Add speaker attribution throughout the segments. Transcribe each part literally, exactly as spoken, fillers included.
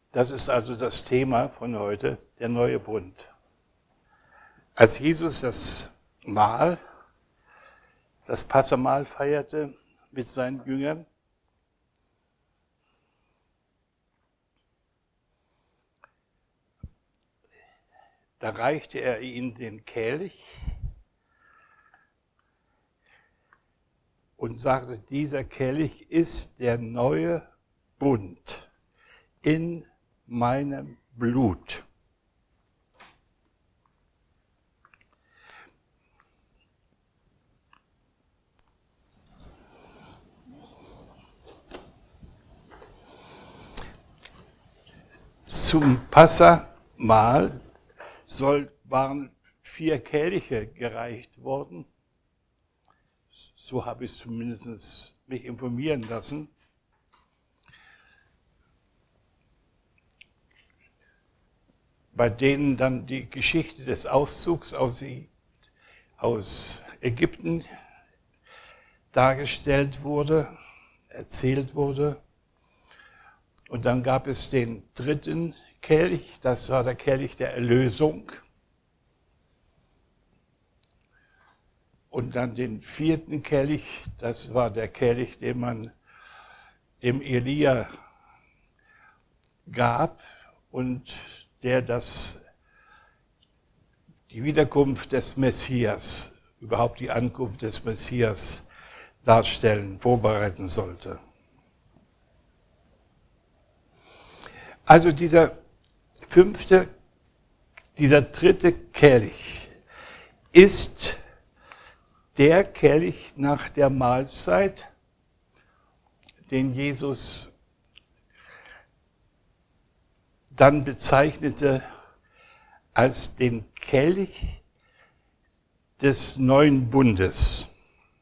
Speaker 1: Das ist also das Thema von heute, der neue Bund. Als Jesus das Mahl, das Passamahl feierte mit seinen Jüngern, da reichte er ihnen den Kelch und sagte, dieser Kelch ist der neue Bund in meinem Blut. Zum Passamahl soll, waren vier Kelche gereicht worden. So habe ich zumindest mich informieren lassen. Bei denen dann die Geschichte des Auszugs aus, aus Ägypten dargestellt wurde, erzählt wurde. Und dann gab es den dritten Kelch, das war der Kelch der Erlösung. Und dann den vierten Kelch, das war der Kelch, den man dem Elia gab und der das, die Wiederkunft des Messias, überhaupt die Ankunft des Messias darstellen, vorbereiten sollte. Also dieser fünfte, dieser dritte Kelch ist der Kelch nach der Mahlzeit, den Jesus dann bezeichnete als den Kelch des neuen Bundes.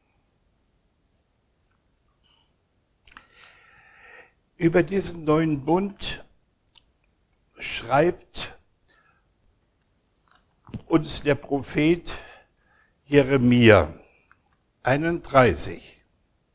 Speaker 1: Über diesen neuen Bund schreibt uns der Prophet Jeremia einunddreißig.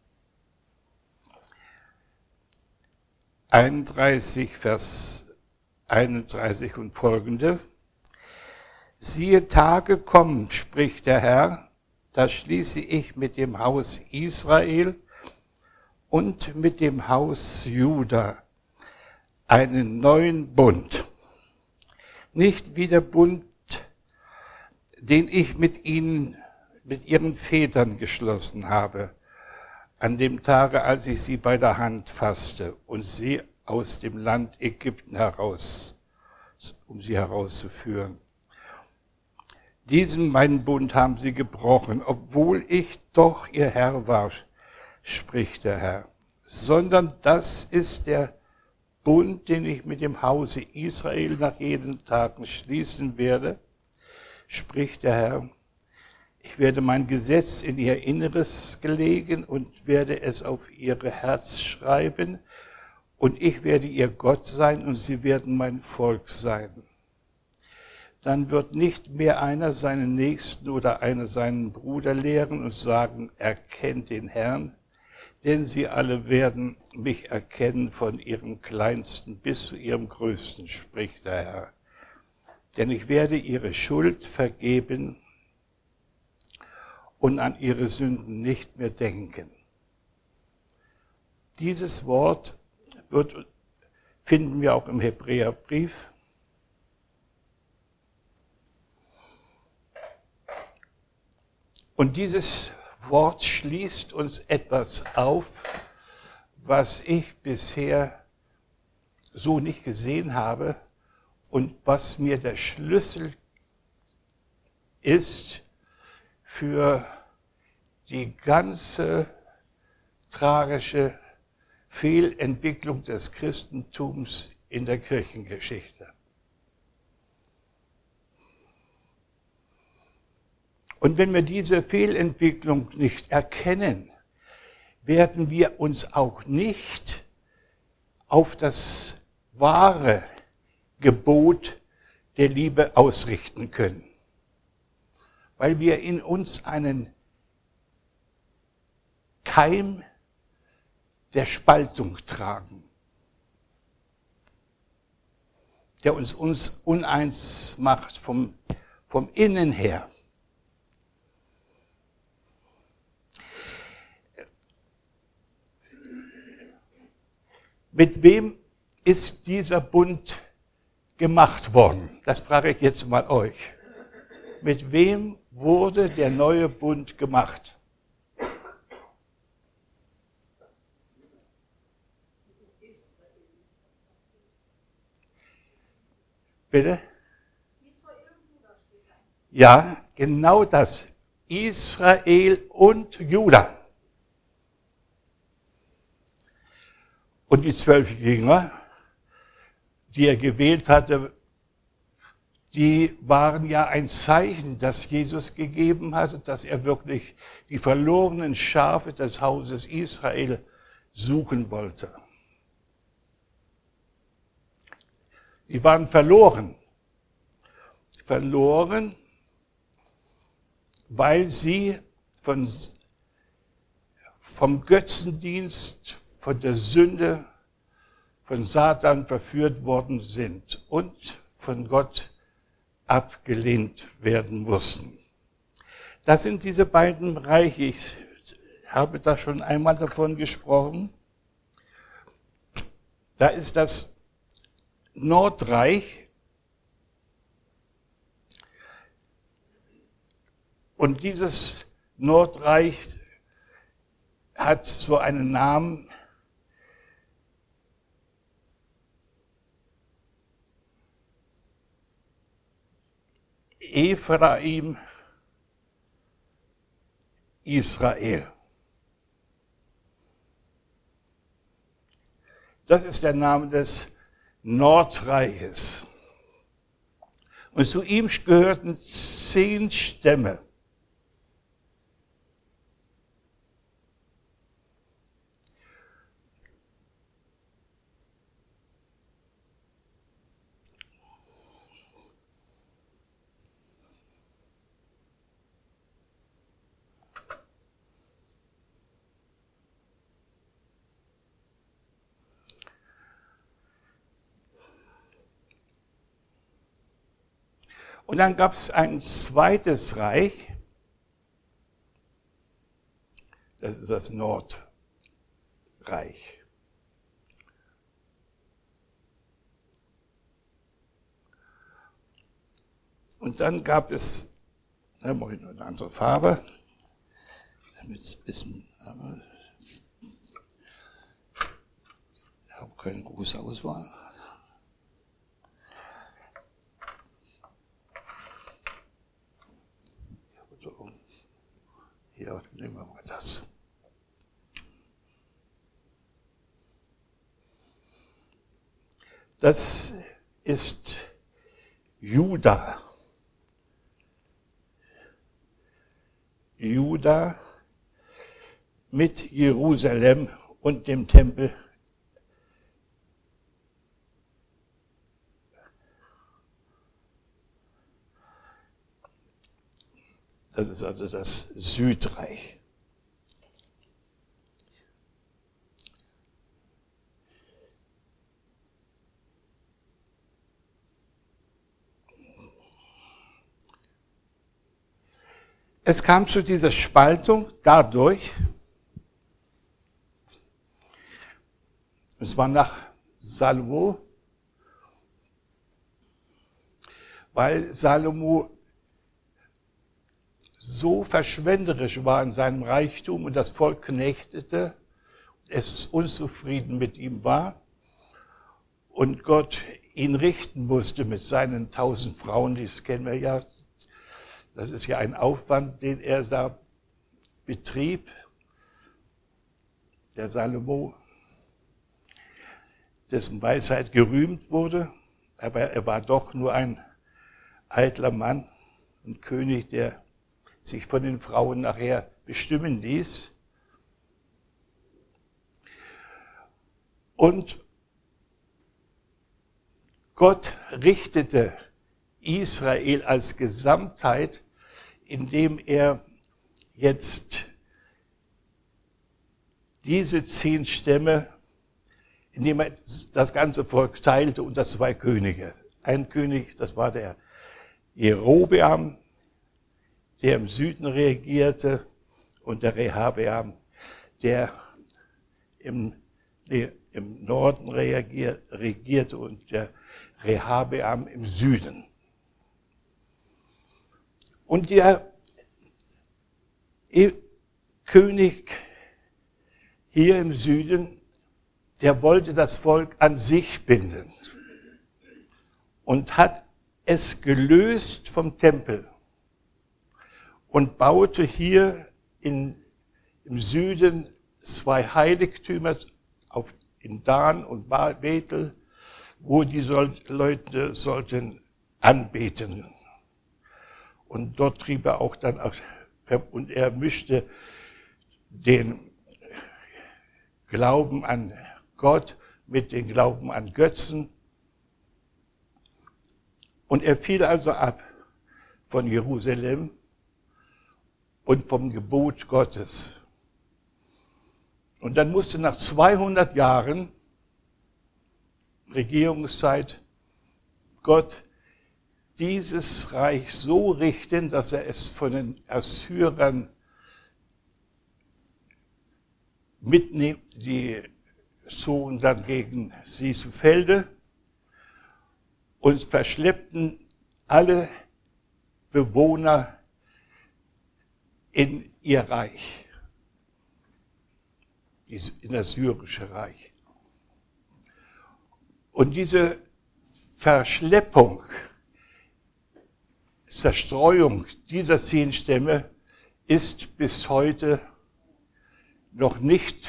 Speaker 1: einunddreißig, Vers einunddreißig und folgende. Siehe, Tage kommen, spricht der Herr, da schließe ich mit dem Haus Israel und mit dem Haus Juda einen neuen Bund. Nicht wie der Bund, den ich mit ihnen, mit ihren Vätern geschlossen habe, an dem Tage, als ich sie bei der Hand fasste und sie aus dem Land Ägypten heraus, um sie herauszuführen. Diesen meinen Bund haben sie gebrochen, obwohl ich doch ihr Herr war, spricht der Herr. Sondern das ist der Bund, den ich mit dem Hause Israel nach jenen Tagen schließen werde, spricht der Herr. Ich werde mein Gesetz in ihr Inneres gelegen und werde es auf ihre Herz schreiben, und ich werde ihr Gott sein und sie werden mein Volk sein. Dann wird nicht mehr einer seinen Nächsten oder einer seinen Bruder lehren und sagen, erkennt den Herrn, denn sie alle werden mich erkennen von ihrem Kleinsten bis zu ihrem Größten, spricht der Herr. Denn ich werde ihre Schuld vergeben und an ihre Sünden nicht mehr denken. Dieses Wort wird, finden wir auch im Hebräerbrief. Und dieses Wort schließt uns etwas auf, was ich bisher so nicht gesehen habe und was mir der Schlüssel ist für die ganze tragische Fehlentwicklung des Christentums in der Kirchengeschichte. Und wenn wir diese Fehlentwicklung nicht erkennen, werden wir uns auch nicht auf das wahre Gebot der Liebe ausrichten können, weil wir in uns einen Keim der Spaltung tragen. der uns, uns uneins macht vom, vom Innen her. Mit wem ist dieser Bund gemacht worden? Das frage ich jetzt mal euch. Mit wem wurde der neue Bund gemacht? Bitte? Ja, genau das. Israel und Juda. Und die zwölf Jünger, die er gewählt hatte, die waren ja ein Zeichen, das Jesus gegeben hatte, dass er wirklich die verlorenen Schafe des Hauses Israel suchen wollte. Sie waren verloren. Verloren, weil sie von, vom Götzendienst, von der Sünde, von Satan verführt worden sind und von Gott abgelehnt werden mussten. Das sind diese beiden Reiche. Ich habe da schon einmal davon gesprochen. Da ist das Nordreich. Und dieses Nordreich hat so einen Namen, Ephraim, Israel. Das ist der Name des Nordreiches. Und zu ihm gehörten zehn Stämme. Und dann gab es ein zweites Reich, das ist das Nordreich. Und dann gab es, da mache ich noch eine andere Farbe, damit es ein bisschen, aber ich habe keine große Auswahl. Hier, nehmen wir mal das. Das ist Juda. Juda mit Jerusalem und dem Tempel. Das ist also das Südreich. Es kam zu dieser Spaltung dadurch, es war nach Salomo, weil Salomo so verschwenderisch war in seinem Reichtum und das Volk knechtete, es unzufrieden mit ihm war und Gott ihn richten musste mit seinen tausend Frauen, das kennen wir ja, das ist ja ein Aufwand, den er da betrieb, der Salomo, dessen Weisheit gerühmt wurde, aber er war doch nur ein eitler Mann, ein König, der sich von den Frauen nachher bestimmen ließ. Und Gott richtete Israel als Gesamtheit, indem er jetzt diese zehn Stämme, indem er das ganze Volk teilte unter zwei Könige. ein König, das war der Jerobeam, der im Süden regierte, und der Rehabeam, der im, im Norden regierte, und der Rehabeam im Süden. Und der König hier im Süden, der wollte das Volk an sich binden und hat es gelöst vom Tempel und baute hier in, im Süden zwei Heiligtümer auf, in Dan und Bethel, wo die soll, Leute sollten anbeten. Und dort trieb er auch dann, und er mischte den Glauben an Gott mit dem Glauben an Götzen. Und er fiel also ab von Jerusalem und vom Gebot Gottes. Und dann musste nach zweihundert Jahren Regierungszeit Gott dieses Reich so richten, dass er es von den Assyrern mitnimmt, die zogen dann gegen sie zu Felde und verschleppten alle Bewohner in ihr Reich, in das syrische Reich. Und diese Verschleppung, Zerstreuung dieser zehn Stämme ist bis heute noch nicht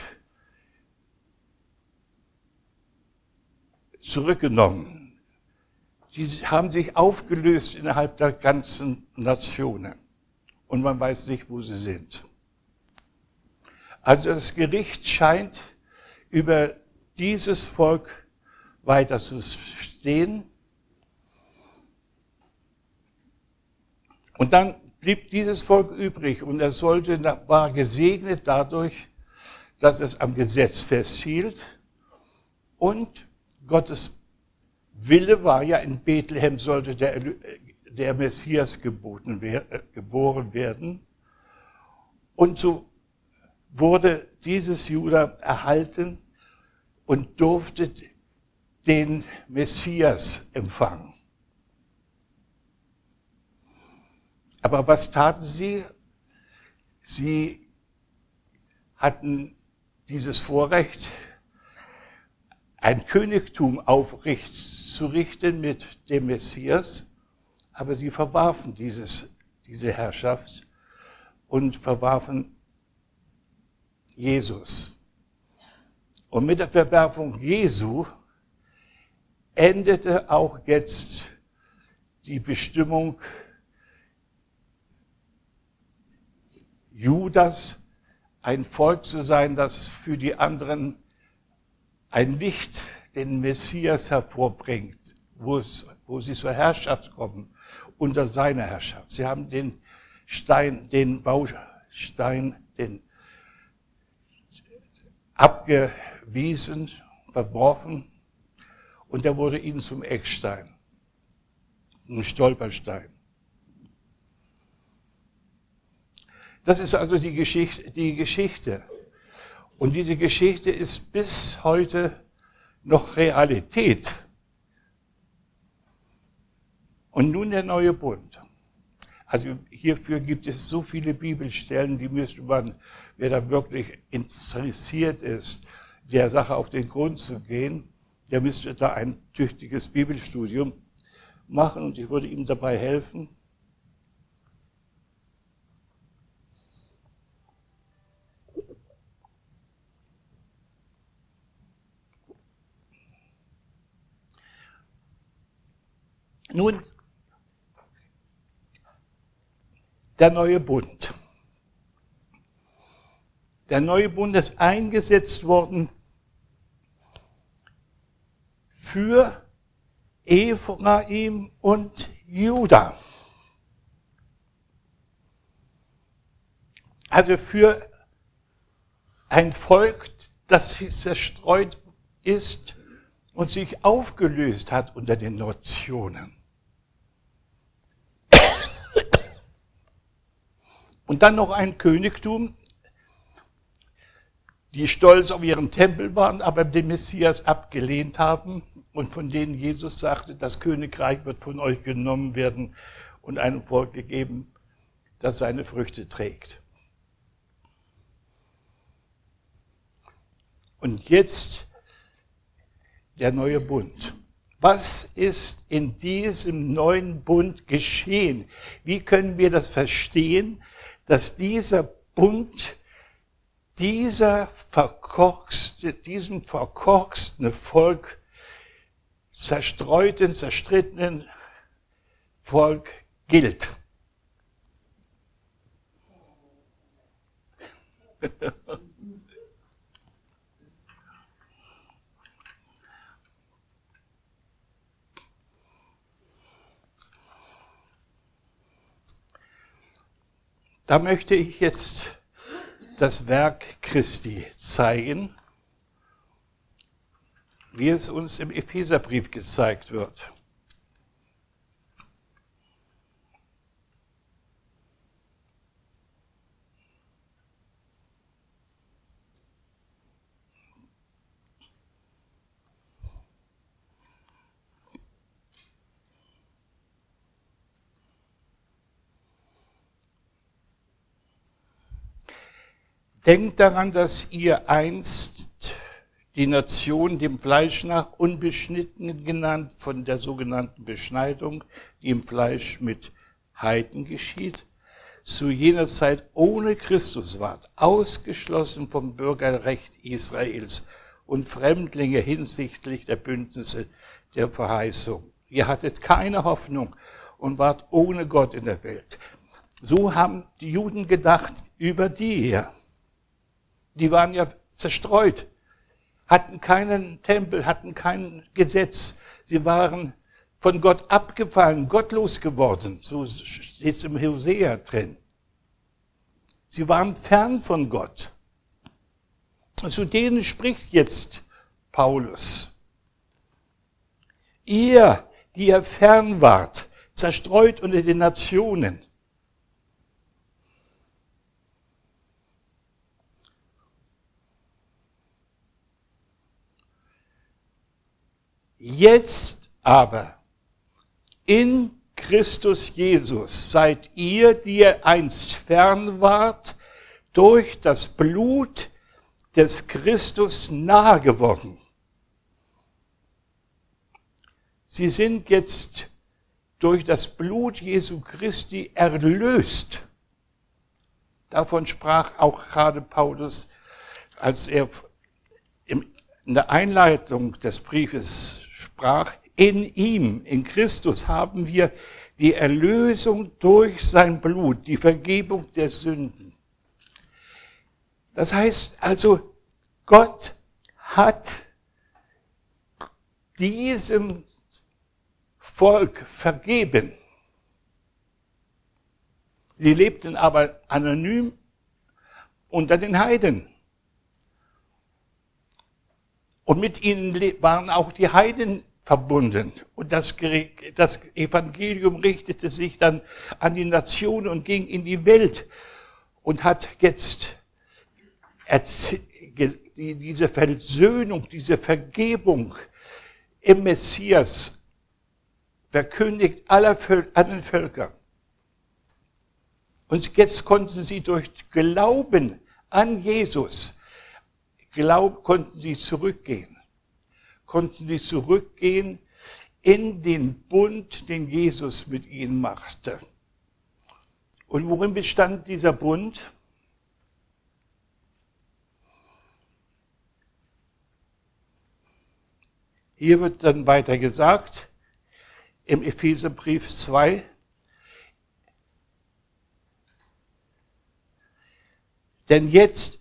Speaker 1: zurückgenommen. Die haben sich aufgelöst innerhalb der ganzen Nationen und man weiß nicht, wo sie sind. Also das Gericht scheint über dieses Volk weiter zu stehen. Und dann blieb dieses Volk übrig und es sollte, war gesegnet dadurch, dass es am Gesetz festhielt. Und Gottes Wille war ja, in Bethlehem sollte der, der Messias geboten, geboren werden. Und so wurde dieses Juda erhalten und durfte den Messias empfangen. Aber was taten sie? Sie hatten dieses Vorrecht, ein Königtum aufzurichten mit dem Messias, aber sie verwarfen dieses, diese Herrschaft und verwarfen Jesus. Und mit der Verwerfung Jesu endete auch jetzt die Bestimmung Judas, ein Volk zu sein, das für die anderen ein Licht, den Messias hervorbringt, wo, es, wo sie zur Herrschaft kommen, unter seiner Herrschaft. Sie haben den Stein, den Baustein, den abgewiesen, verworfen, und er wurde ihnen zum Eckstein, ein Stolperstein. Das ist also die Geschichte, die Geschichte. Und diese Geschichte ist bis heute noch Realität. Und nun der neue Bund. Also hierfür gibt es so viele Bibelstellen, die müsste man, wer da wirklich interessiert ist, der Sache auf den Grund zu gehen, der müsste da ein tüchtiges Bibelstudium machen und ich würde ihm dabei helfen. Nun, der neue Bund. Der neue Bund ist eingesetzt worden für Ephraim und Juda. Also für ein Volk, das zerstreut ist und sich aufgelöst hat unter den Nationen. Und dann noch ein Königtum, die stolz auf ihren Tempel waren, aber den Messias abgelehnt haben und von denen Jesus sagte, das Königreich wird von euch genommen werden und einem Volk gegeben, das seine Früchte trägt. Und jetzt der neue Bund. Was ist in diesem neuen Bund geschehen? Wie können wir das verstehen, dass dieser Bund, dieser verkorkste, diesem verkorksten Volk, zerstreuten, zerstrittenen Volk gilt? Da möchte ich jetzt das Werk Christi zeigen, wie es uns im Epheserbrief gezeigt wird. Denkt daran, dass ihr einst die Nation dem Fleisch nach unbeschnitten genannt, von der sogenannten Beschneidung, die im Fleisch mit Heiden geschieht, zu jener Zeit ohne Christus wart, ausgeschlossen vom Bürgerrecht Israels und Fremdlinge hinsichtlich der Bündnisse der Verheißung. Ihr hattet keine Hoffnung und wart ohne Gott in der Welt. So haben die Juden gedacht über die hier. Die waren ja zerstreut, hatten keinen Tempel, hatten kein Gesetz. Sie waren von Gott abgefallen, gottlos geworden. So steht es im Hosea drin. Sie waren fern von Gott. Und zu denen spricht jetzt Paulus. Ihr, die ihr fern wart, zerstreut unter den Nationen. Jetzt aber in Christus Jesus seid ihr, die ihr einst fern wart, durch das Blut des Christus nahe geworden. Sie sind jetzt durch das Blut Jesu Christi erlöst. Davon sprach auch gerade Paulus, als er in der Einleitung des Briefes sprach, in ihm, in Christus haben wir die Erlösung durch sein Blut, die Vergebung der Sünden. Das heißt also, Gott hat diesem Volk vergeben. Sie lebten aber anonym unter den Heiden. Und mit ihnen waren auch die Heiden verbunden. Und das, das Evangelium richtete sich dann an die Nationen und ging in die Welt und hat jetzt diese Versöhnung, diese Vergebung im Messias verkündigt aller allen Völkern. Und jetzt konnten sie durch Glauben an Jesus Glaub, konnten sie zurückgehen, konnten sie zurückgehen in den Bund, den Jesus mit ihnen machte. Und worin bestand dieser Bund? Hier wird dann weiter gesagt, im Epheserbrief zwei, denn jetzt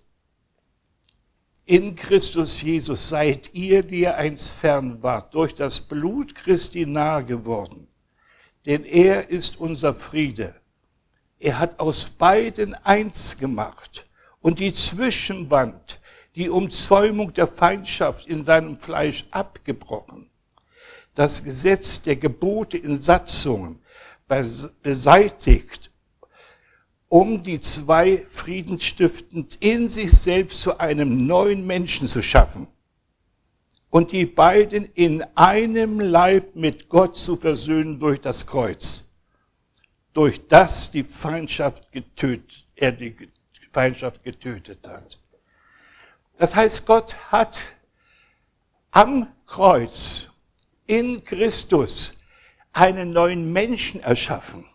Speaker 1: in Christus Jesus seid ihr, die ihr einst fern wart, durch das Blut Christi nahe geworden. Denn er ist unser Friede. Er hat aus beiden eins gemacht und die Zwischenwand, die Umzäumung der Feindschaft in seinem Fleisch abgebrochen, das Gesetz der Gebote in Satzungen beseitigt, um die zwei friedensstiftend in sich selbst zu einem neuen Menschen zu schaffen und die beiden in einem Leib mit Gott zu versöhnen durch das Kreuz, durch das die Feindschaft getötet, er die Feindschaft getötet hat. Das heißt, Gott hat am Kreuz in Christus einen neuen Menschen erschaffen.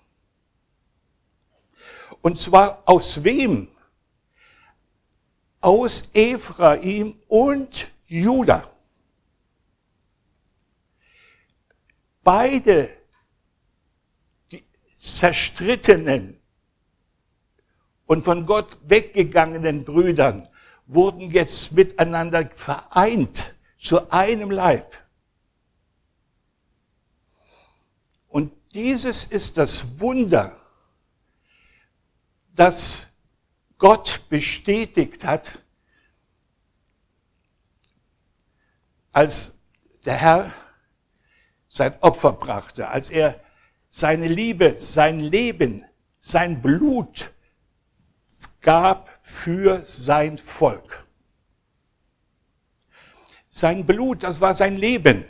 Speaker 1: Und zwar aus wem? Aus Ephraim und Juda. Beide die zerstrittenen und von Gott weggegangenen Brüdern wurden jetzt miteinander vereint zu einem Leib. Und dieses ist das Wunder, das Gott bestätigt hat, als der Herr sein Opfer brachte, als er seine Liebe, sein Leben, sein Blut gab für sein Volk. Sein Blut, das war sein Leben.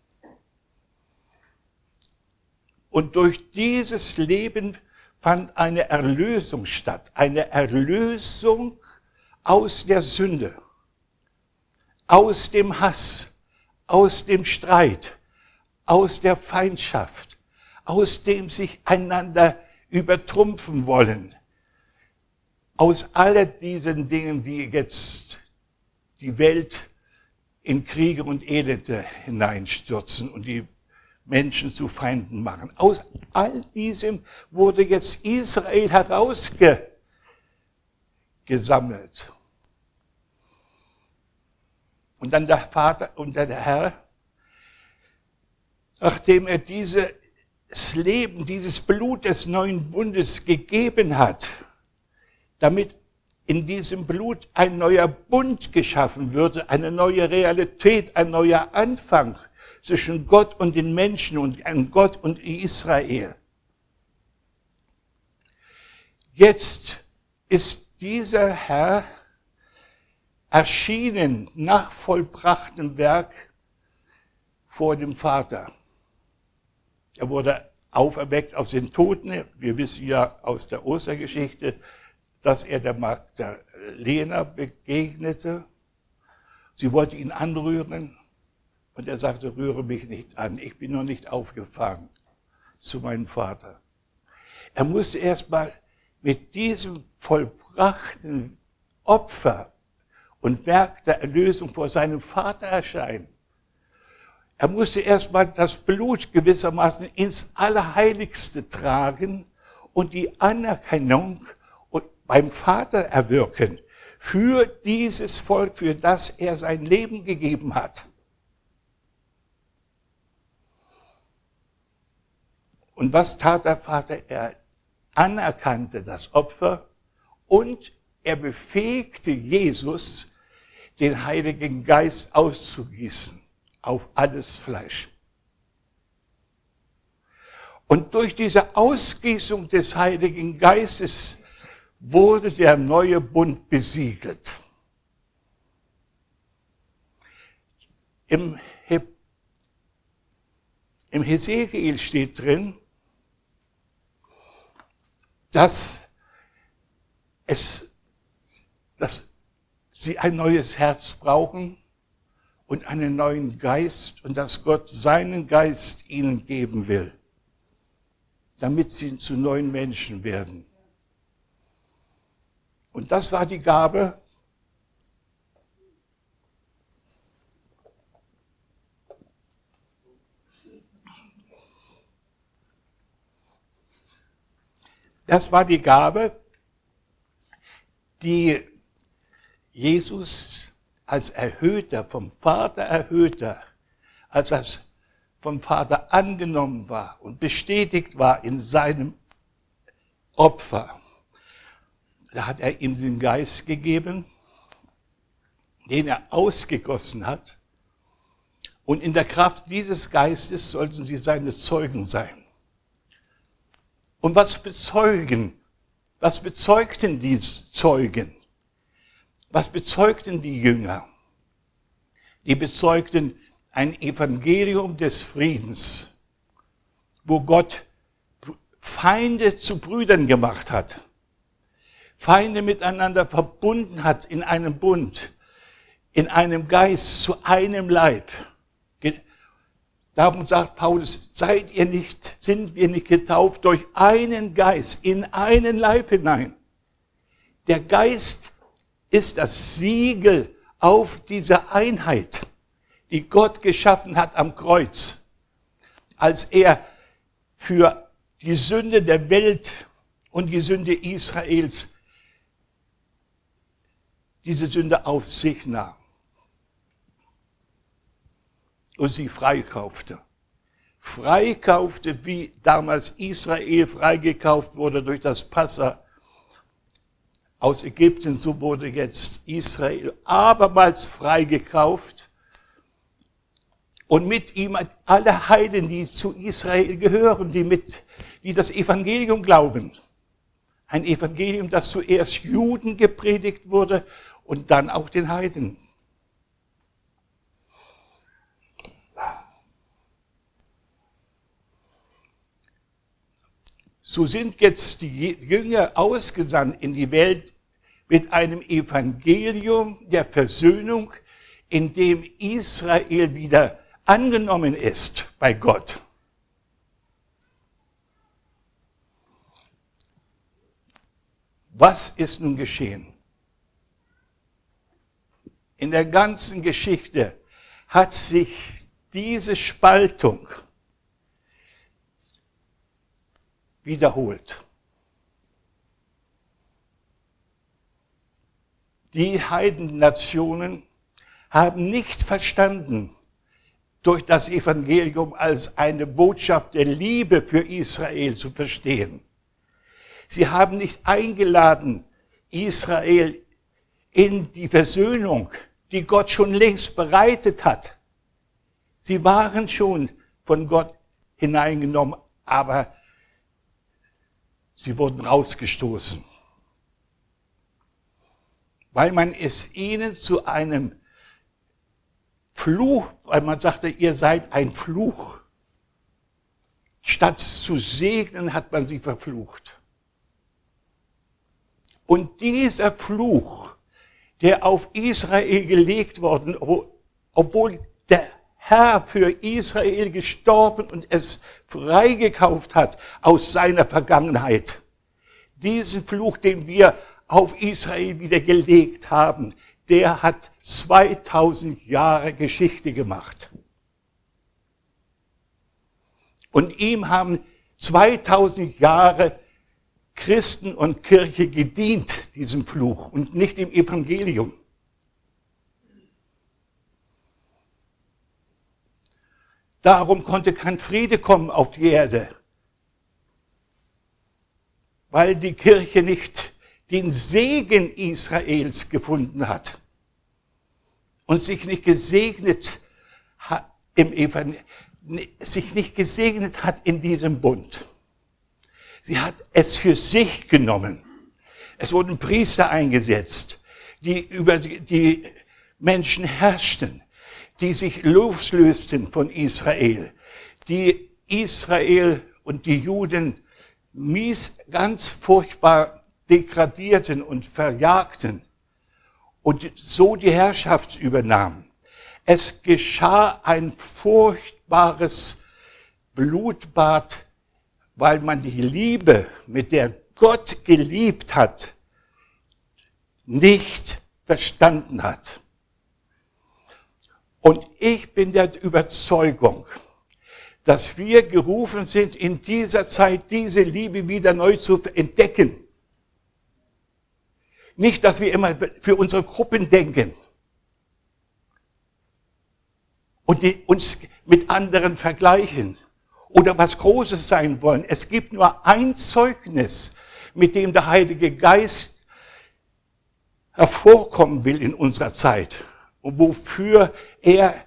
Speaker 1: Und durch dieses Leben fand eine Erlösung statt, eine Erlösung aus der Sünde, aus dem Hass, aus dem Streit, aus der Feindschaft, aus dem sich einander übertrumpfen wollen, aus all diesen Dingen, die jetzt die Welt in Kriege und Elende hineinstürzen und die Menschen zu Feinden machen. Aus all diesem wurde jetzt Israel herausgesammelt. Und dann der Vater und der Herr, nachdem er dieses Leben, dieses Blut des neuen Bundes gegeben hat, damit in diesem Blut ein neuer Bund geschaffen würde, eine neue Realität, ein neuer Anfang zwischen Gott und den Menschen und an Gott und Israel. Jetzt ist dieser Herr erschienen nach vollbrachtem Werk vor dem Vater. Er wurde auferweckt aus den Toten. Wir wissen ja aus der Ostergeschichte, dass er der Magdalena begegnete. Sie wollte ihn anrühren. Und er sagte, rühre mich nicht an, ich bin noch nicht aufgefahren zu meinem Vater. Er musste erstmal mit diesem vollbrachten Opfer und Werk der Erlösung vor seinem Vater erscheinen. Er musste erstmal das Blut gewissermaßen ins Allerheiligste tragen und die Anerkennung beim Vater erwirken für dieses Volk, für das er sein Leben gegeben hat. Und was tat der Vater? Er anerkannte das Opfer und er befähigte Jesus, den Heiligen Geist auszugießen auf alles Fleisch. Und durch diese Ausgießung des Heiligen Geistes wurde der neue Bund besiegelt. Im, He- im Hesekiel steht drin, dass es, dass sie ein neues Herz brauchen und einen neuen Geist und dass Gott seinen Geist ihnen geben will, damit sie zu neuen Menschen werden. Und das war die Gabe, das war die Gabe, die Jesus als Erhöhter, vom Vater Erhöhter, als das vom Vater angenommen war und bestätigt war in seinem Opfer, da hat er ihm den Geist gegeben den er ausgegossen hat. Und in der Kraft dieses Geistes sollten sie seine Zeugen sein. Und was bezeugen? Was bezeugten die Zeugen? Was bezeugten die Jünger? Die bezeugten ein Evangelium des Friedens, wo Gott Feinde zu Brüdern gemacht hat, Feinde miteinander verbunden hat in einem Bund, in einem Geist, zu einem Leib. Darum sagt Paulus, seid ihr nicht, sind wir nicht getauft durch einen Geist in einen Leib hinein. Der Geist ist das Siegel auf diese Einheit, die Gott geschaffen hat am Kreuz, als er für die Sünde der Welt und die Sünde Israels diese Sünde auf sich nahm und sie freikaufte. Freikaufte, wie damals Israel freigekauft wurde durch das Passa aus Ägypten, so wurde jetzt Israel abermals freigekauft und mit ihm alle Heiden, die zu Israel gehören, die mit, die das Evangelium glauben. Ein Evangelium, das zuerst Juden gepredigt wurde und dann auch den Heiden. So sind jetzt die Jünger ausgesandt in die Welt mit einem Evangelium der Versöhnung, in dem Israel wieder angenommen ist bei Gott. Was ist nun geschehen? In der ganzen Geschichte hat sich diese Spaltung wiederholt. Die Heidennationen haben nicht verstanden, durch das Evangelium als eine Botschaft der Liebe für Israel zu verstehen. Sie haben nicht eingeladen, Israel in die Versöhnung, die Gott schon längst bereitet hat. Sie waren schon von Gott hineingenommen, aber sie wurden rausgestoßen, weil man es ihnen zu einem Fluch, weil man sagte, ihr seid ein Fluch. Statt zu segnen, hat man sie verflucht. Und dieser Fluch, der auf Israel gelegt worden, obwohl der Herr für Israel gestorben und es freigekauft hat aus seiner Vergangenheit. Diesen Fluch, den wir auf Israel wieder gelegt haben, der hat zweitausend Jahre Geschichte gemacht. Und ihm haben zweitausend Jahre Christen und Kirche gedient, diesem Fluch, und nicht dem Evangelium. Darum konnte kein Friede kommen auf die Erde, weil die Kirche nicht den Segen Israels gefunden hat und sich nicht gesegnet hat im Evangelium, sich nicht gesegnet hat in diesem Bund. Sie hat es für sich genommen. Es wurden Priester eingesetzt, die über die Menschen herrschten, die sich loslösten von Israel, die Israel und die Juden mies, ganz furchtbar degradierten und verjagten und so die Herrschaft übernahmen. Es geschah ein furchtbares Blutbad, weil man die Liebe, mit der Gott geliebt hat, nicht verstanden hat. Und ich bin der Überzeugung, dass wir gerufen sind, in dieser Zeit diese Liebe wieder neu zu entdecken. Nicht, dass wir immer für unsere Gruppen denken und die uns mit anderen vergleichen oder was Großes sein wollen. Es gibt nur ein Zeugnis, mit dem der Heilige Geist hervorkommen will in unserer Zeit. und wofür er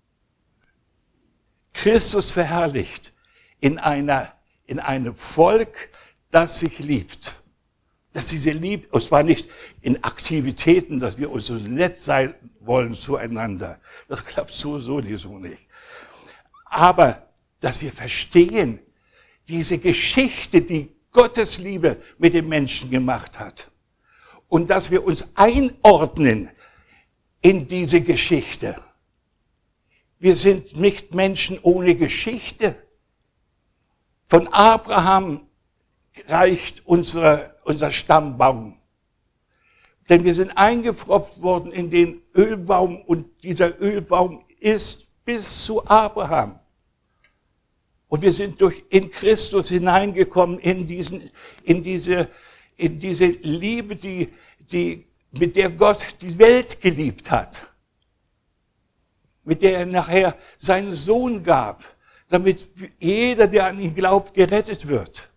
Speaker 1: Christus verherrlicht in einer, in einem Volk, das sich liebt. Dass diese Liebe, und zwar nicht in Aktivitäten, dass wir uns so nett sein wollen zueinander. Das klappt so, sowieso nicht. Aber, dass wir verstehen, diese Geschichte, die Gottes Liebe mit den Menschen gemacht hat. Und dass wir uns einordnen in diese Geschichte. Wir sind nicht Menschen ohne Geschichte. Von Abraham reicht unsere, unser Stammbaum. Denn wir sind eingepfropft worden in den Ölbaum und dieser Ölbaum ist bis zu Abraham. Und wir sind durch in Christus hineingekommen in diesen, in diese, in diese Liebe, die, die, mit der Gott die Welt geliebt hat. Mit der er nachher seinen Sohn gab, damit jeder, der an ihn glaubt, gerettet wird.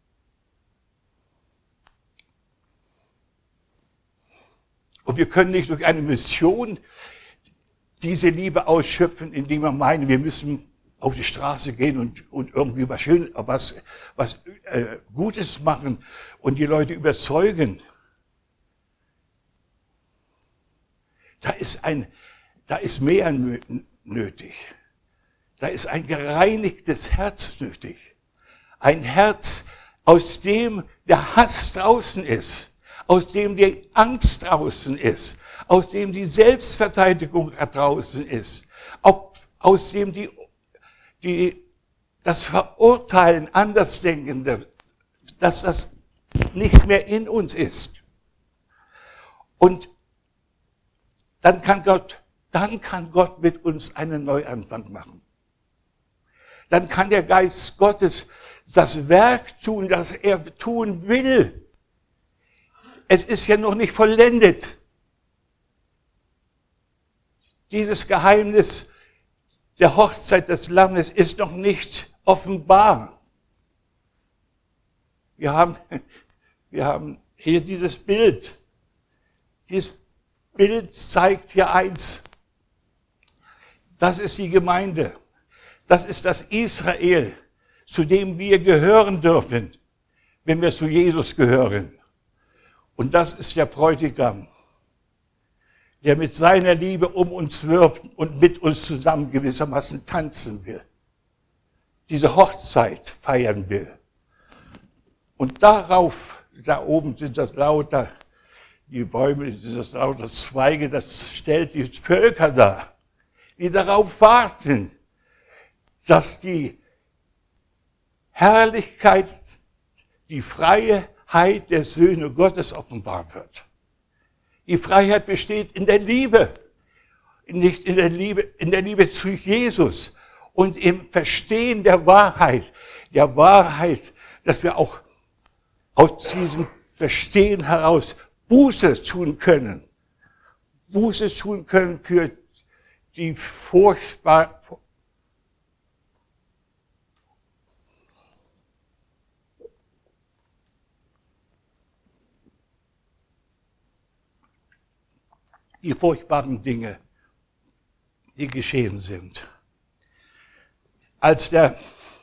Speaker 1: Und wir können nicht durch eine Mission diese Liebe ausschöpfen, indem wir meinen, wir müssen auf die Straße gehen und, und irgendwie was schön, was, was äh, Gutes machen und die Leute überzeugen. Da ist ein, da ist mehr nötig. Da ist ein gereinigtes Herz nötig. Ein Herz, aus dem der Hass draußen ist, aus dem die Angst draußen ist, aus dem die Selbstverteidigung draußen ist, aus dem die Die, das Verurteilen Andersdenkende, dass das nicht mehr in uns ist. Und dann kann Gott, dann kann Gott mit uns einen Neuanfang machen. Dann kann der Geist Gottes das Werk tun, das er tun will. Es ist ja noch nicht vollendet. Dieses Geheimnis der Hochzeit des Lammes ist noch nicht offenbar. Wir haben, wir haben hier dieses Bild. Dieses Bild zeigt hier eins. Das ist die Gemeinde. Das ist das Israel, zu dem wir gehören dürfen, wenn wir zu Jesus gehören. Und das ist der Bräutigam, der mit seiner Liebe um uns wirbt und mit uns zusammen gewissermaßen tanzen will. Diese Hochzeit feiern will. Und darauf, da oben sind das lauter, die Bäume, sind das lauter Zweige, das stellt die Völker dar, die darauf warten, dass die Herrlichkeit, die Freiheit der Söhne Gottes offenbar wird. Die Freiheit besteht in der Liebe, nicht in der Liebe, in der Liebe zu Jesus und im Verstehen der Wahrheit, der Wahrheit, dass wir auch aus diesem Verstehen heraus Buße tun können, Buße tun können für die furchtbar die furchtbaren Dinge, die geschehen sind. Als der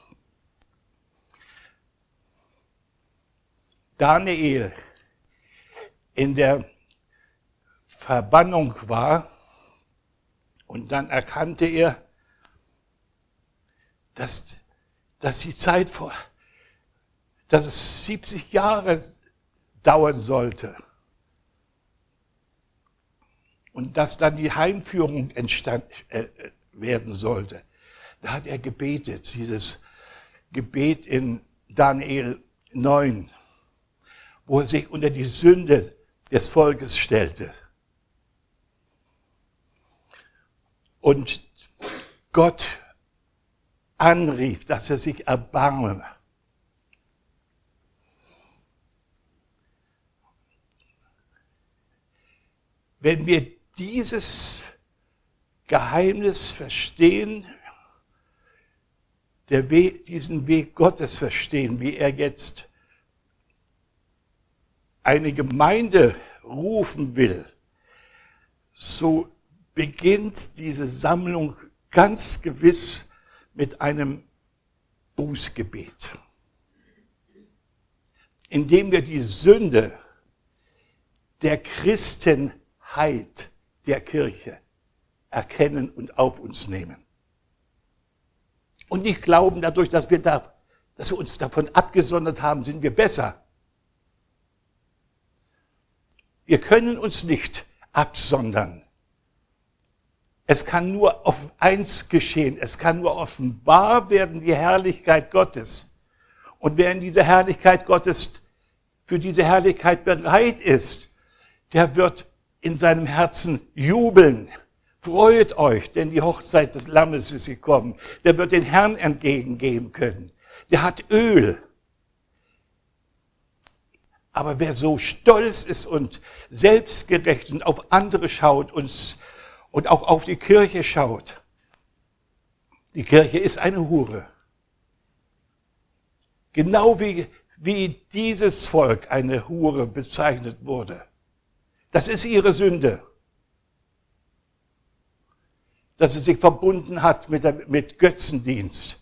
Speaker 1: Daniel in der Verbannung war und dann erkannte er, dass, dass die Zeit vor, dass es siebzig Jahre dauern sollte. Und dass dann die Heimführung entstand, äh, werden sollte. Da hat er gebetet, dieses Gebet in Daniel neun, wo er sich unter die Sünde des Volkes stellte. Und Gott anrief, dass er sich erbarme. Wenn wir dieses Geheimnis verstehen, der Weg, diesen Weg Gottes verstehen, wie er jetzt eine Gemeinde rufen will, so beginnt diese Sammlung ganz gewiss mit einem Bußgebet, indem wir die Sünde der Christenheit der Kirche erkennen und auf uns nehmen. Und nicht glauben, dadurch, dass wir, da, dass wir uns davon abgesondert haben, sind wir besser. Wir können uns nicht absondern. Es kann nur auf eins geschehen, es kann nur offenbar werden, die Herrlichkeit Gottes. Und wer in dieser Herrlichkeit Gottes, für diese Herrlichkeit bereit ist, der wird in seinem Herzen jubeln. Freut euch, denn die Hochzeit des Lammes ist gekommen. Der wird den Herrn entgegengehen können. Der hat Öl. Aber wer so stolz ist und selbstgerecht und auf andere schaut und, und auch auf die Kirche schaut, die Kirche ist eine Hure. Genau wie, wie dieses Volk eine Hure bezeichnet wurde. Das ist ihre Sünde. Dass sie sich verbunden hat mit, der, mit Götzendienst.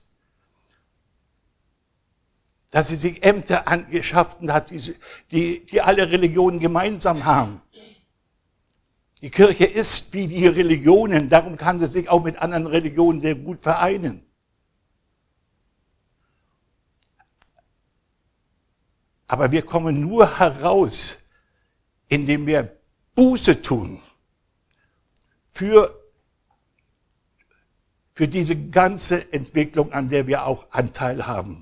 Speaker 1: Dass sie sich Ämter angeschafft hat, die, die, die alle Religionen gemeinsam haben. Die Kirche ist wie die Religionen, darum kann sie sich auch mit anderen Religionen sehr gut vereinen. Aber wir kommen nur heraus, indem wir Buße tun für, für diese ganze Entwicklung, an der wir auch Anteil haben.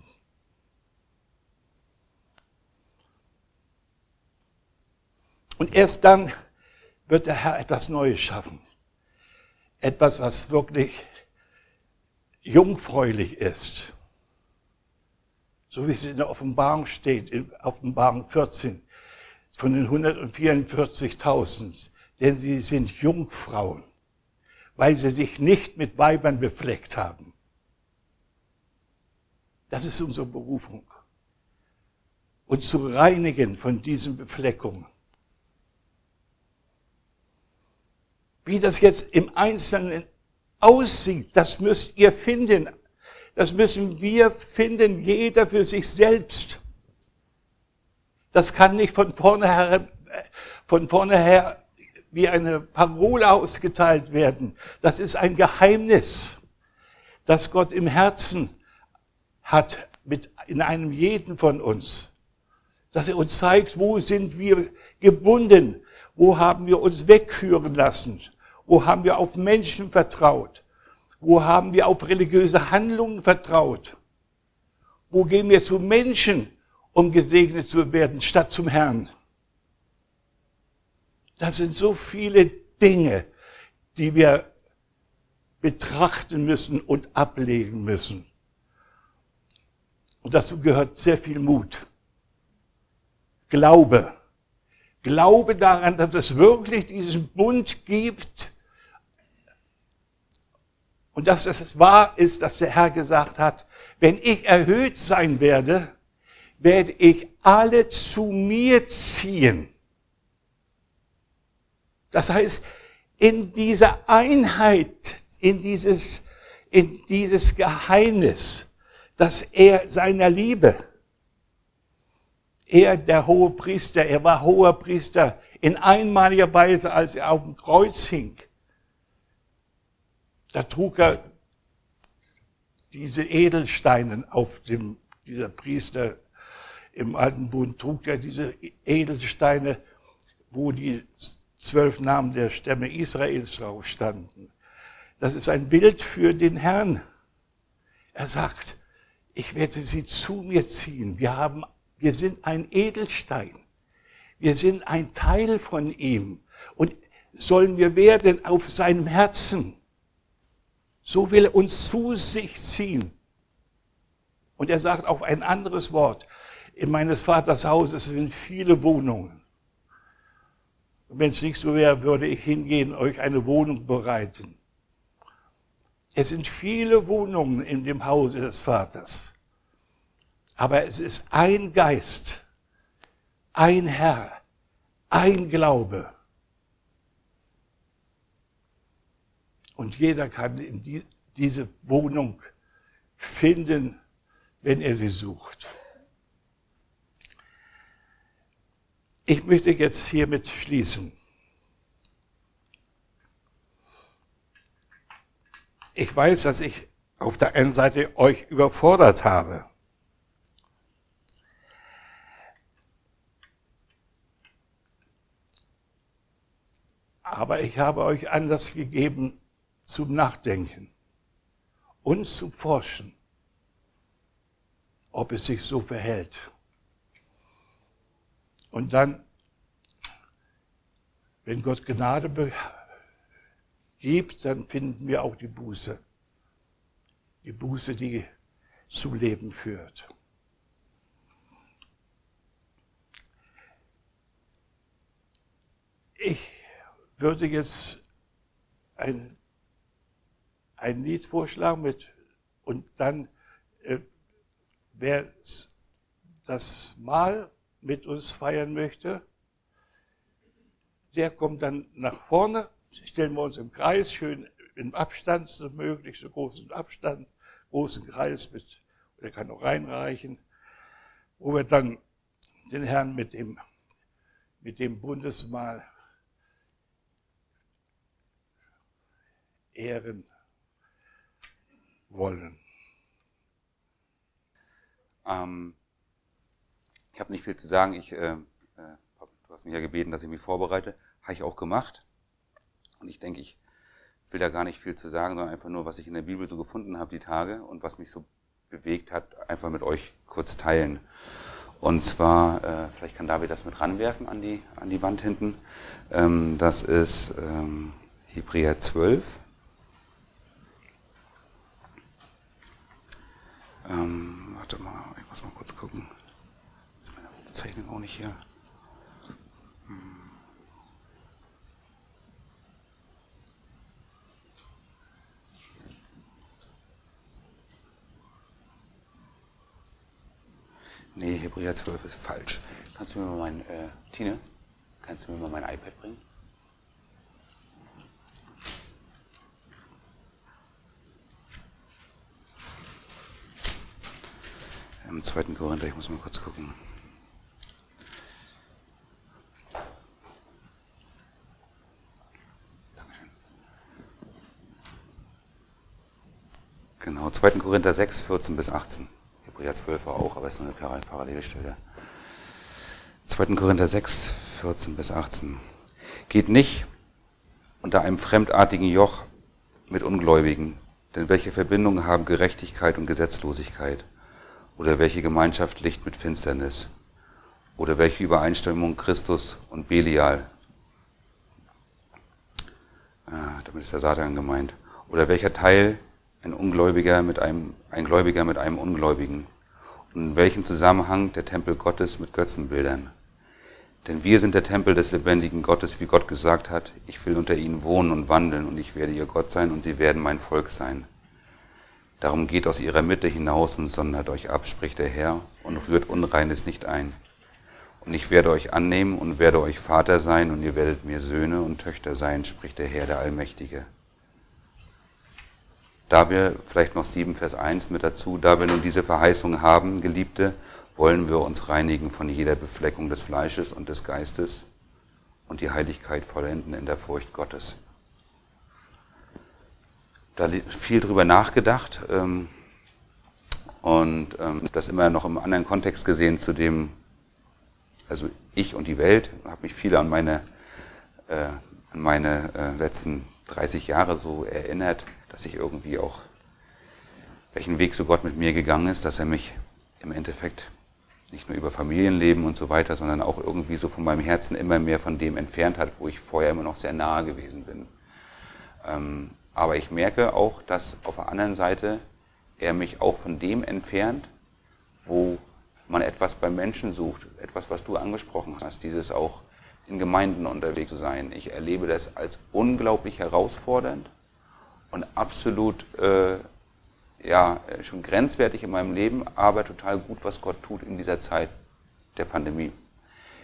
Speaker 1: Und erst dann wird der Herr etwas Neues schaffen. Etwas, was wirklich jungfräulich ist. So wie es in der Offenbarung steht, in Offenbarung vierzehn, von den hundertvierundvierzigtausend. Denn sie sind Jungfrauen, weil sie sich nicht mit Weibern befleckt haben. Das ist unsere Berufung. Uns zu reinigen von diesen Befleckungen. Wie das jetzt im Einzelnen aussieht, das müsst ihr finden. Das müssen wir finden, jeder für sich selbst. Das kann nicht von vornherein, von vornherein wie eine Parole ausgeteilt werden. Das ist ein Geheimnis, das Gott im Herzen hat, mit in einem jeden von uns. Dass er uns zeigt, wo sind wir gebunden, wo haben wir uns wegführen lassen, wo haben wir auf Menschen vertraut, wo haben wir auf religiöse Handlungen vertraut, wo gehen wir zu Menschen, um gesegnet zu werden, statt zum Herrn. Das sind so viele Dinge, die wir betrachten müssen und ablegen müssen. Und dazu gehört sehr viel Mut. Glaube. Glaube daran, dass es wirklich diesen Bund gibt und dass es wahr ist, dass der Herr gesagt hat, wenn ich erhöht sein werde, werde ich alle zu mir ziehen. Das heißt, in dieser Einheit, in dieses, in dieses Geheimnis, dass er seiner Liebe, er, der hohe Priester, er war hoher Priester in einmaliger Weise, als er auf dem Kreuz hing. Da trug er diese Edelsteine auf dem, dieser Priester im Alten Bund trug er diese Edelsteine, wo die zwölf Namen der Stämme Israels drauf standen. Das ist ein Bild für den Herrn. Er sagt, ich werde sie zu mir ziehen. Wir haben, wir sind ein Edelstein. Wir sind ein Teil von ihm. Und sollen wir werden auf seinem Herzen. So will er uns zu sich ziehen. Und er sagt auch ein anderes Wort. In meines Vaters Haus sind viele Wohnungen. Und wenn es nicht so wäre, würde ich hingehen, euch eine Wohnung bereiten. Es sind viele Wohnungen in dem Hause des Vaters. Aber es ist ein Geist, ein Herr, ein Glaube. Und jeder kann in die, diese Wohnung finden, wenn er sie sucht. Ich möchte jetzt hiermit schließen. Ich weiß, dass ich auf der einen Seite euch überfordert habe. Aber ich habe euch Anlass gegeben zum Nachdenken und zu forschen, ob es sich so verhält. Und dann, wenn Gott Gnade gibt, dann finden wir auch die Buße. Die Buße, die zum Leben führt. Ich würde jetzt ein, ein Lied vorschlagen mit, und dann, äh, wer das Mahl mit uns feiern möchte, der kommt dann nach vorne, stellen wir uns im Kreis, schön im Abstand, so möglich, so großen Abstand, großen Kreis mit, der kann auch reinreichen, wo wir dann den Herrn mit dem, mit dem Bundesmahl ehren wollen.
Speaker 2: Ähm, ich habe nicht viel zu sagen. Ich, äh, äh, du hast mich ja gebeten, dass ich mich vorbereite. Habe ich auch gemacht. Und ich denke, ich will da gar nicht viel zu sagen, sondern einfach nur, was ich in der Bibel so gefunden habe die Tage und was mich so bewegt hat, einfach mit euch kurz teilen. Und zwar, äh, vielleicht kann David das mit ranwerfen an die, an die Wand hinten. Ähm, das ist ähm, Hebräer zwölf. Ähm, warte mal, ich muss mal kurz gucken. Ist meine Aufzeichnung auch nicht hier? Hm. Nee, Hebräer zwölf ist falsch. Kannst du mir mal mein, äh, Tine, kannst du mir mal mein iPad bringen? Im zweiten Korinther, ich muss mal kurz gucken. Dankeschön. Genau, zweiten Korinther sechs, vierzehn bis achtzehn. Hebräer zwölf war auch, aber es ist nur eine Parallelstelle. zweiten Korinther sechs, vierzehn bis achtzehn. Geht nicht unter einem fremdartigen Joch mit Ungläubigen, denn welche Verbindungen haben Gerechtigkeit und Gesetzlosigkeit? Oder welche Gemeinschaft Licht mit Finsternis? Oder welche Übereinstimmung Christus und Belial? Ah, damit ist der Satan gemeint. Oder welcher Teil ein Ungläubiger mit einem, ein Gläubiger mit einem Ungläubigen? Und in welchem Zusammenhang der Tempel Gottes mit Götzenbildern? Denn wir sind der Tempel des lebendigen Gottes, wie Gott gesagt hat, ich will unter ihnen wohnen und wandeln und ich werde ihr Gott sein und sie werden mein Volk sein. Darum geht aus ihrer Mitte hinaus und sondert euch ab, spricht der Herr, und rührt Unreines nicht ein. Und ich werde euch annehmen und werde euch Vater sein, und ihr werdet mir Söhne und Töchter sein, spricht der Herr, der Allmächtige. Da wir, vielleicht noch sieben Vers eins mit dazu, da wir nun diese Verheißung haben, Geliebte, wollen wir uns reinigen von jeder Befleckung des Fleisches und des Geistes und die Heiligkeit vollenden in der Furcht Gottes. Da viel drüber nachgedacht ähm, und ähm, das immer noch im anderen Kontext gesehen zu dem, also ich und die Welt, habe mich viel an meine, äh, an meine äh, letzten dreißig Jahre so erinnert, dass ich irgendwie auch, welchen Weg so Gott mit mir gegangen ist, dass er mich im Endeffekt nicht nur über Familienleben und so weiter, sondern auch irgendwie so von meinem Herzen immer mehr von dem entfernt hat, wo ich vorher immer noch sehr nahe gewesen bin. Ähm, Aber ich merke auch, dass auf der anderen Seite er mich auch von dem entfernt, wo man etwas beim Menschen sucht, etwas, was du angesprochen hast, dieses auch in Gemeinden unterwegs zu sein. Ich erlebe das als unglaublich herausfordernd und absolut äh, ja, schon grenzwertig in meinem Leben, aber total gut, was Gott tut in dieser Zeit der Pandemie.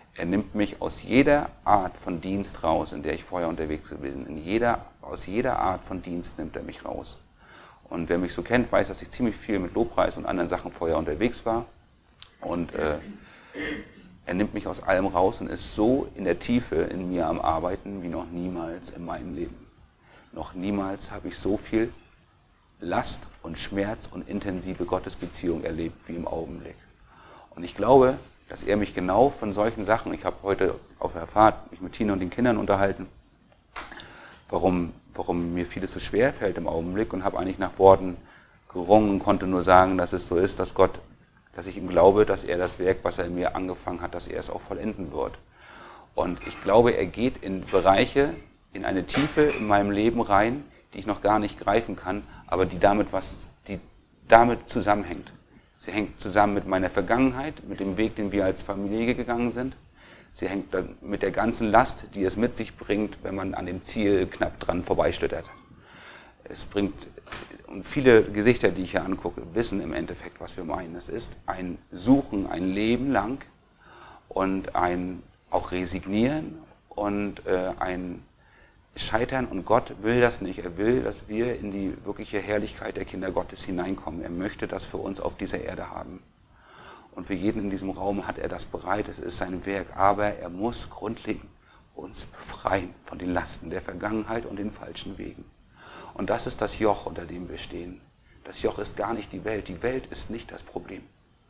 Speaker 2: Er nimmt mich aus jeder Art von Dienst raus, in der ich vorher unterwegs gewesen bin. In jeder, aus jeder Art von Dienst nimmt er mich raus. Und wer mich so kennt, weiß, dass ich ziemlich viel mit Lobpreis und anderen Sachen vorher unterwegs war. Und äh, er nimmt mich aus allem raus und ist so in der Tiefe in mir am Arbeiten wie noch niemals in meinem Leben. Noch niemals habe ich so viel Last und Schmerz und intensive Gottesbeziehung erlebt wie im Augenblick. Und ich glaube, dass er mich genau von solchen Sachen, ich habe heute auf der Fahrt mich mit Tina und den Kindern unterhalten, warum, warum mir vieles so schwer fällt im Augenblick, und habe eigentlich nach Worten gerungen und konnte nur sagen, dass es so ist, dass Gott, dass ich ihm glaube, dass er das Werk, was er in mir angefangen hat, dass er es auch vollenden wird. Und ich glaube, er geht in Bereiche, in eine Tiefe in meinem Leben rein, die ich noch gar nicht greifen kann, aber die damit was, die damit zusammenhängt. Sie hängt zusammen mit meiner Vergangenheit, mit dem Weg, den wir als Familie gegangen sind. Sie hängt mit der ganzen Last, die es mit sich bringt, wenn man an dem Ziel knapp dran vorbeischlittert. Es bringt, und viele Gesichter, die ich hier angucke, wissen im Endeffekt, was wir meinen. Es ist ein Suchen, ein Leben lang und ein auch Resignieren und äh, ein Scheitern, und Gott will das nicht. Er will, dass wir in die wirkliche Herrlichkeit der Kinder Gottes hineinkommen. Er möchte das für uns auf dieser Erde haben. Und für jeden in diesem Raum hat er das bereit. Es ist sein Werk. Aber er muss grundlegend uns befreien von den Lasten der Vergangenheit und den falschen Wegen. Und das ist das Joch, unter dem wir stehen. Das Joch ist gar nicht die Welt. Die Welt ist nicht das Problem.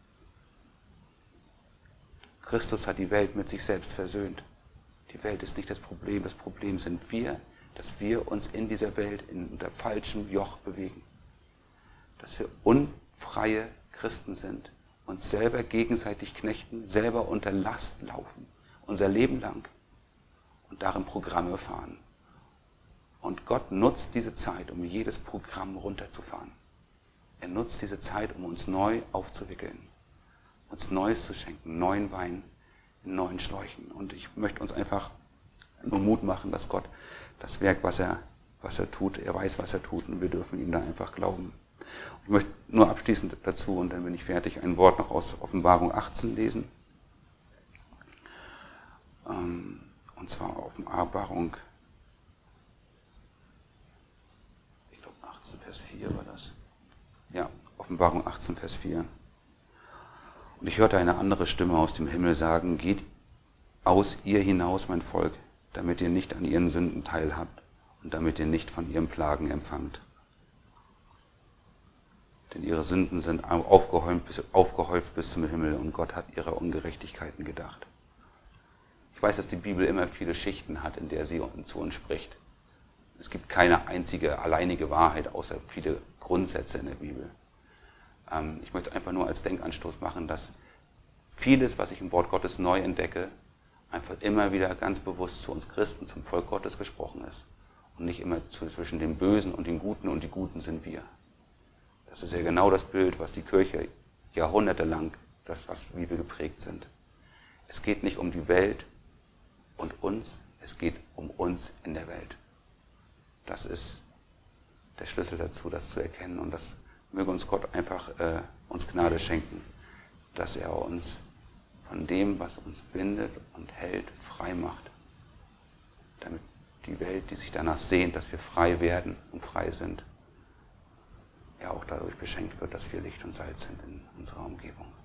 Speaker 2: Christus hat die Welt mit sich selbst versöhnt. Die Welt ist nicht das Problem, das Problem sind wir, dass wir uns in dieser Welt in unter falschem Joch bewegen. Dass wir unfreie Christen sind, uns selber gegenseitig knechten, selber unter Last laufen, unser Leben lang und darin Programme fahren. Und Gott nutzt diese Zeit, um jedes Programm runterzufahren. Er nutzt diese Zeit, um uns neu aufzuwickeln, uns Neues zu schenken, neuen Wein, in neuen Schläuchen. Und ich möchte uns einfach nur Mut machen, dass Gott das Werk, was er, was er tut, er weiß, was er tut, und wir dürfen ihm da einfach glauben. Und ich möchte nur abschließend dazu, und dann bin ich fertig, ein Wort noch aus Offenbarung achtzehn lesen. Und zwar Offenbarung, ich glaube achtzehn, Vers vier war das. Ja, Offenbarung achtzehn, Vers vier. Und ich hörte eine andere Stimme aus dem Himmel sagen: Geht aus ihr hinaus, mein Volk, damit ihr nicht an ihren Sünden teilhabt und damit ihr nicht von ihren Plagen empfangt. Denn ihre Sünden sind aufgehäuft bis, aufgehäuft bis zum Himmel, und Gott hat ihre Ungerechtigkeiten gedacht. Ich weiß, dass die Bibel immer viele Schichten hat, in der sie zu uns spricht. Es gibt keine einzige, alleinige Wahrheit, außer viele Grundsätze in der Bibel. Ich möchte einfach nur als Denkanstoß machen, dass vieles, was ich im Wort Gottes neu entdecke, einfach immer wieder ganz bewusst zu uns Christen, zum Volk Gottes gesprochen ist. Und nicht immer zwischen dem Bösen und den Guten, und die Guten sind wir. Das ist ja genau das Bild, was die Kirche jahrhundertelang, das, was wie wir geprägt sind. Es geht nicht um die Welt und uns, es geht um uns in der Welt. Das ist der Schlüssel dazu, das zu erkennen, und das möge uns Gott einfach äh, uns Gnade schenken, dass er uns von dem, was uns bindet und hält, frei macht. Damit die Welt, die sich danach sehnt, dass wir frei werden und frei sind, ja auch dadurch beschenkt wird, dass wir Licht und Salz sind in unserer Umgebung.